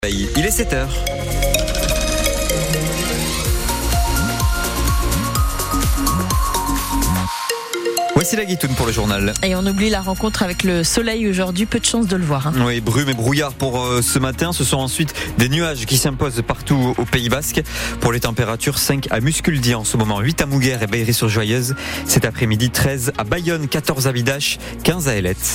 Il est 7h. Voici la guitoune pour le journal. Et on oublie la rencontre avec le soleil aujourd'hui, peu de chance de le voir. Oui, brume et brouillard pour ce matin. Ce sont ensuite des nuages qui s'imposent partout au Pays Basque. Pour les températures, 5 à Musculdi en ce moment, 8 à Mouguer et Baillery-sur-Joyeuse. Cet après-midi, 13 à Bayonne, 14 à Bidache, 15 à Ailette.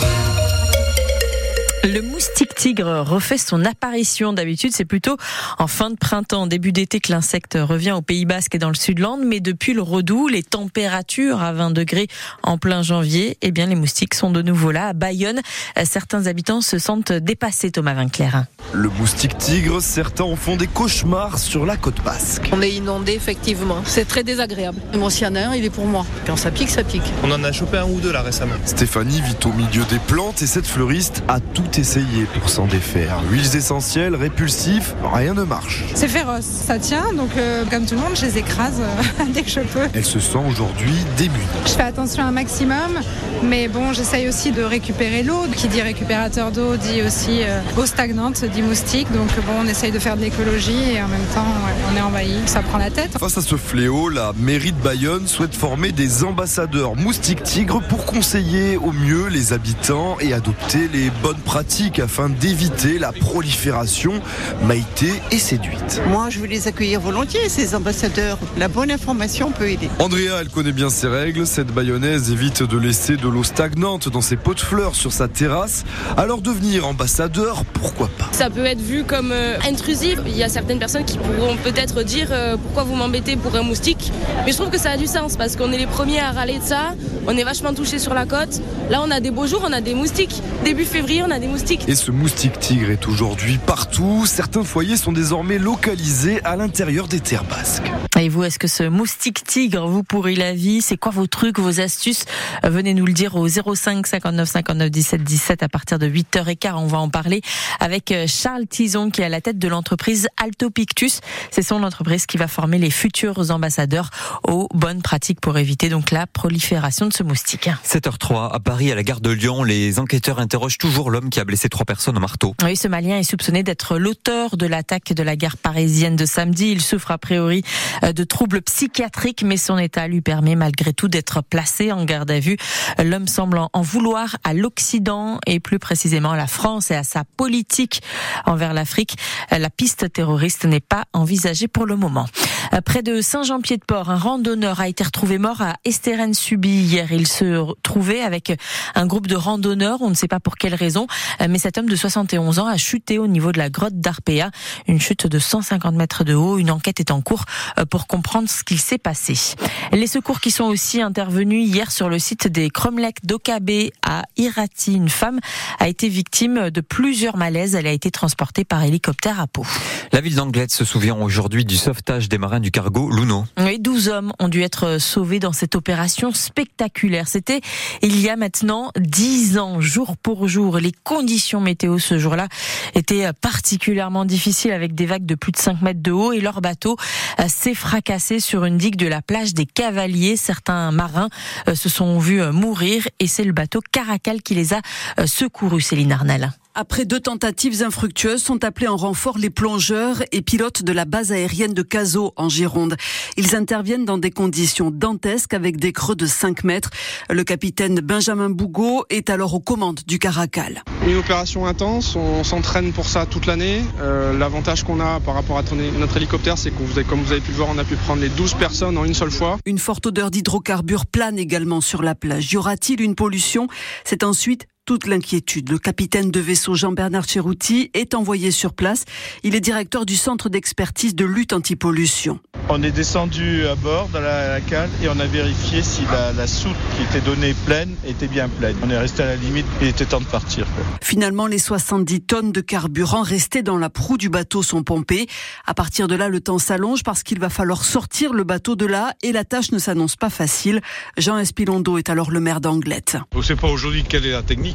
Le moustique tigre refait son apparition. D'habitude, c'est plutôt en fin de printemps, début d'été que l'insecte revient au Pays Basque et dans le Sud-Land. Mais depuis le Redoux, les températures à 20 degrés en plein janvier, eh bien, les moustiques sont de nouveau là. À Bayonne, certains habitants se sentent dépassés, Thomas Vinclair. Le moustique tigre, certains en font des cauchemars sur la côte basque. On est inondé, effectivement. C'est très désagréable. Mon cyanure, il est pour moi. Quand ça pique, ça pique. On en a chopé un ou deux là récemment. Stéphanie vit au milieu des plantes et cette fleuriste a tout essayé pour s'en défaire. Huiles essentielles, répulsifs, rien ne marche. C'est féroce, ça tient, donc comme tout le monde, je les écrase dès que je peux. Elle se sent aujourd'hui démunie. Je fais attention un maximum, mais bon, j'essaye aussi de récupérer l'eau. Qui dit récupérateur d'eau dit aussi eau stagnante, dit moustique. Donc bon, on essaye de faire de l'écologie et en même temps, on est envahi, ça prend la tête. Face à ce fléau, la mairie de Bayonne souhaite former des ambassadeurs moustiques tigres pour conseiller au mieux les habitants et adopter les bonnes pratiques afin d'éviter la prolifération. Maïté est séduite. Moi, je veux les accueillir volontiers, ces ambassadeurs. La bonne information peut aider. Andrea, elle connaît bien ses règles. Cette Bayonnaise évite de laisser de l'eau stagnante dans ses pots de fleurs sur sa terrasse. Alors devenir ambassadeur, pourquoi pas? Ça peut être vu comme intrusif. Il y a certaines personnes qui pourront peut-être dire pourquoi vous m'embêtez pour un moustique. Mais je trouve que ça a du sens parce qu'on est les premiers à râler de ça. On est vachement touchés sur la côte. Là, on a des beaux jours, on a des moustiques. Début février, on a des moustiques. Et ce moustique tigre est aujourd'hui partout. Certains foyers sont désormais localisés à l'intérieur des terres basques. Et vous, est-ce que ce moustique tigre vous pourrit la vie? C'est quoi vos trucs, vos astuces? Venez nous le dire au 05 59 59 17 17 à partir de 8h15. On va en parler avec Charles Tison qui est à la tête de l'entreprise Alto Pictus. C'est son entreprise qui va former les futurs ambassadeurs aux bonnes pratiques pour éviter donc la prolifération de ce moustique. 7h03 à Paris, à la gare de Lyon, les enquêteurs interrogent toujours l'homme qui a blessé 3 personnes au marteau. Oui, ce Malien est soupçonné d'être l'auteur de l'attaque de la gare parisienne de samedi. Il souffre a priori de troubles psychiatriques, mais son état lui permet malgré tout d'être placé en garde à vue. L'homme semble en vouloir à l'Occident et plus précisément à la France et à sa politique envers l'Afrique. La piste terroriste n'est pas envisagée pour le moment. Près de Saint-Jean-Pied-de-Port, un randonneur a été retrouvé mort à Estérennes-Subie hier. Il se trouvait avec un groupe de randonneurs, on ne sait pas pour quelle raison, mais cet homme de 71 ans a chuté au niveau de la grotte d'Arpea. Une chute de 150 mètres de haut. Une enquête est en cours pour comprendre ce qu'il s'est passé. Les secours qui sont aussi intervenus hier sur le site des cromlechs d'Okabé à Irati. Une femme a été victime de plusieurs malaises. Elle a été transportée par hélicoptère à Pau. La ville d'Anglet se souvient aujourd'hui du sauvetage des marins du cargo Luno. Oui, 12 hommes ont dû être sauvés dans cette opération spectaculaire. C'était il y a maintenant 10 ans, jour pour jour. Les conditions météo ce jour-là étaient particulièrement difficiles avec des vagues de plus de 5 mètres de haut et leur bateau s'est fracassé sur une digue de la plage des Cavaliers. Certains marins se sont vus mourir et c'est le bateau Caracal qui les a secourus, Céline Arnal. Après 2 tentatives infructueuses, sont appelés en renfort les plongeurs et pilotes de la base aérienne de Cazaux en Gironde. Ils interviennent dans des conditions dantesques avec des creux de 5 mètres. Le capitaine Benjamin Bougot est alors aux commandes du Caracal. Une opération intense, on s'entraîne pour ça toute l'année. L'avantage qu'on a par rapport à notre hélicoptère, c'est que comme vous avez pu le voir, on a pu prendre les 12 personnes en une seule fois. Une forte odeur d'hydrocarbures plane également sur la plage. Y aura-t-il une pollution? C'est ensuite toute l'inquiétude. Le capitaine de vaisseau Jean-Bernard Cherouti est envoyé sur place. Il est directeur du centre d'expertise de lutte anti-pollution. On est descendu à bord dans la cale et on a vérifié si la soute qui était donnée pleine était bien pleine. On est resté à la limite, il était temps de partir. Finalement, les 70 tonnes de carburant restées dans la proue du bateau sont pompées. À partir de là, le temps s'allonge parce qu'il va falloir sortir le bateau de là et la tâche ne s'annonce pas facile. Jean Espilondo est alors le maire d'Anglet. On ne sait pas aujourd'hui quelle est la technique.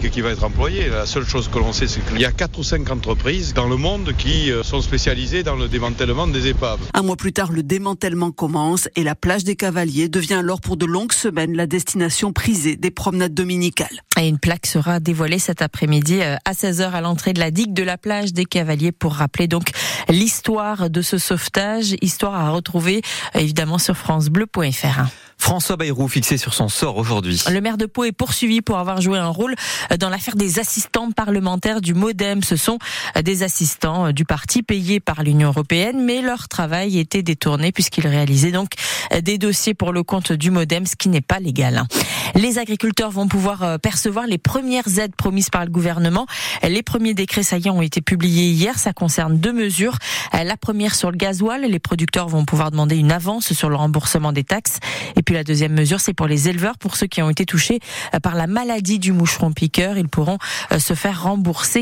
Logistique qui va être employée. La seule chose que l'on sait, c'est qu'il y a 4 ou 5 entreprises dans le monde qui sont spécialisées dans le démantèlement des épaves. Un mois plus tard, le démantèlement commence et la plage des Cavaliers devient alors pour de longues semaines la destination prisée des promenades dominicales. Et une plaque sera dévoilée cet après-midi à 16h à l'entrée de la digue de la plage des Cavaliers pour rappeler donc l'histoire de ce sauvetage, histoire à retrouver évidemment sur francebleu.fr. François Bayrou fixé sur son sort aujourd'hui. Le maire de Pau est poursuivi pour avoir joué un rôle dans l'affaire des assistants parlementaires du MoDem. Ce sont des assistants du parti payés par l'Union européenne, mais leur travail était détourné puisqu'ils réalisaient donc des dossiers pour le compte du MoDem, ce qui n'est pas légal. Les agriculteurs vont pouvoir percevoir les premières aides promises par le gouvernement. Les premiers décrets, ça y est, ont été publiés hier. Ça concerne 2 mesures. La première sur le gasoil. Les producteurs vont pouvoir demander une avance sur le remboursement des taxes. Et puis la deuxième mesure, c'est pour les éleveurs, pour ceux qui ont été touchés par la maladie du moucheron piqueur. Ils pourront se faire rembourser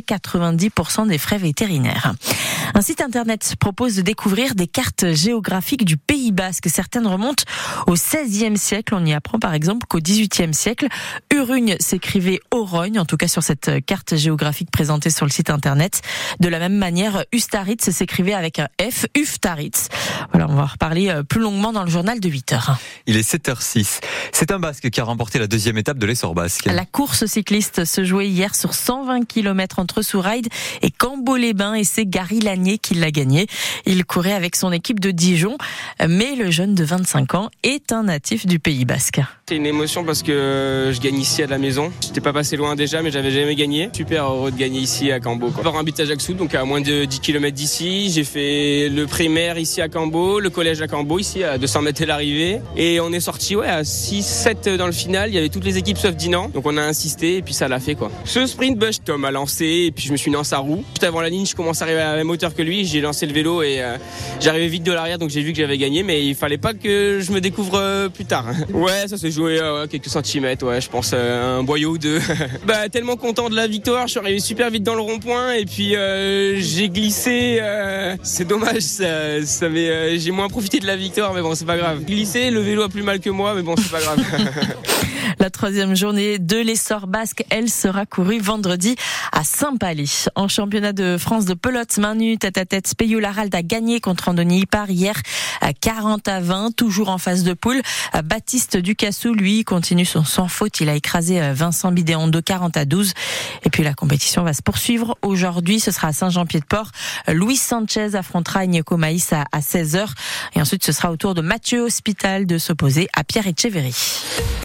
90% des frais vétérinaires. Un site internet propose de découvrir des cartes géographiques du Pays Basque. Certaines remontent au XVIe siècle. On y apprend par exemple qu'au XVIIIe siècle, Urugne s'écrivait Orogne, en tout cas sur cette carte géographique présentée sur le site internet. De la même manière, Ustaritz s'écrivait avec un F, Uftaritz. Voilà, on va en reparler plus longuement dans le journal de 8h. Il est 7h06. C'est un Basque qui a remporté la 2e étape de l'Essor Basque. La course cycliste se jouait hier sur 120 km entre Souraïd et Cambo-les-Bains et c'est Gary Lanier qui l'a gagné. Il courait avec son équipe de Dijon, mais le jeune de 25 ans est un natif du Pays Basque. C'est une émotion parce que je gagne ici à la maison. J'étais pas passé loin déjà, mais j'avais jamais gagné. Super heureux de gagner ici à Cambo. Par un but à Ajaccio, donc à moins de 10 km d'ici. J'ai fait le primaire ici à Cambo, le collège à Cambo, ici à 200 mètres de l'arrivée. Et on est sorti à 6-7 dans le final. Il y avait toutes les équipes sauf Dinan. Donc on a insisté et puis ça l'a fait quoi. Ce sprint, Tom m'a lancé et puis je me suis mis dans sa roue. Juste avant la ligne, je commence à arriver à la même hauteur que lui. J'ai lancé le vélo et j'arrivais vite de l'arrière, donc j'ai vu que j'avais gagné. Mais il fallait pas que je me découvre plus tard. Ouais, ça s'est joué quelques centimètres. Ouais, je pense un boyau ou 2. Tellement content de la victoire. Je suis arrivé super vite dans le rond-point et puis j'ai glissé. C'est dommage, j'ai moins profité de la victoire, mais bon, c'est pas grave. Glissé, le vélo a plus mal que moi, mais bon, c'est pas grave. La 3e journée de l'Essor Basque, elle sera courue vendredi à Saint-Palais. En championnat de France de pelote, main nue, tête-à-tête, Peyo-Laralde a gagné contre Andoni Ipar hier à 40-20, toujours en phase de poule. Baptiste Ducassou, lui, continue son sans faute. Il a écrasé Vincent Bidéondo 40-12. Et puis la compétition va se poursuivre aujourd'hui. Ce sera à Saint-Jean-Pied-de-Port. Luis Sanchez affrontera Ignaco Maïs à 16h. Et ensuite, ce sera au tour de Mathieu Hospital de s'opposer à Pierre Etcheverry.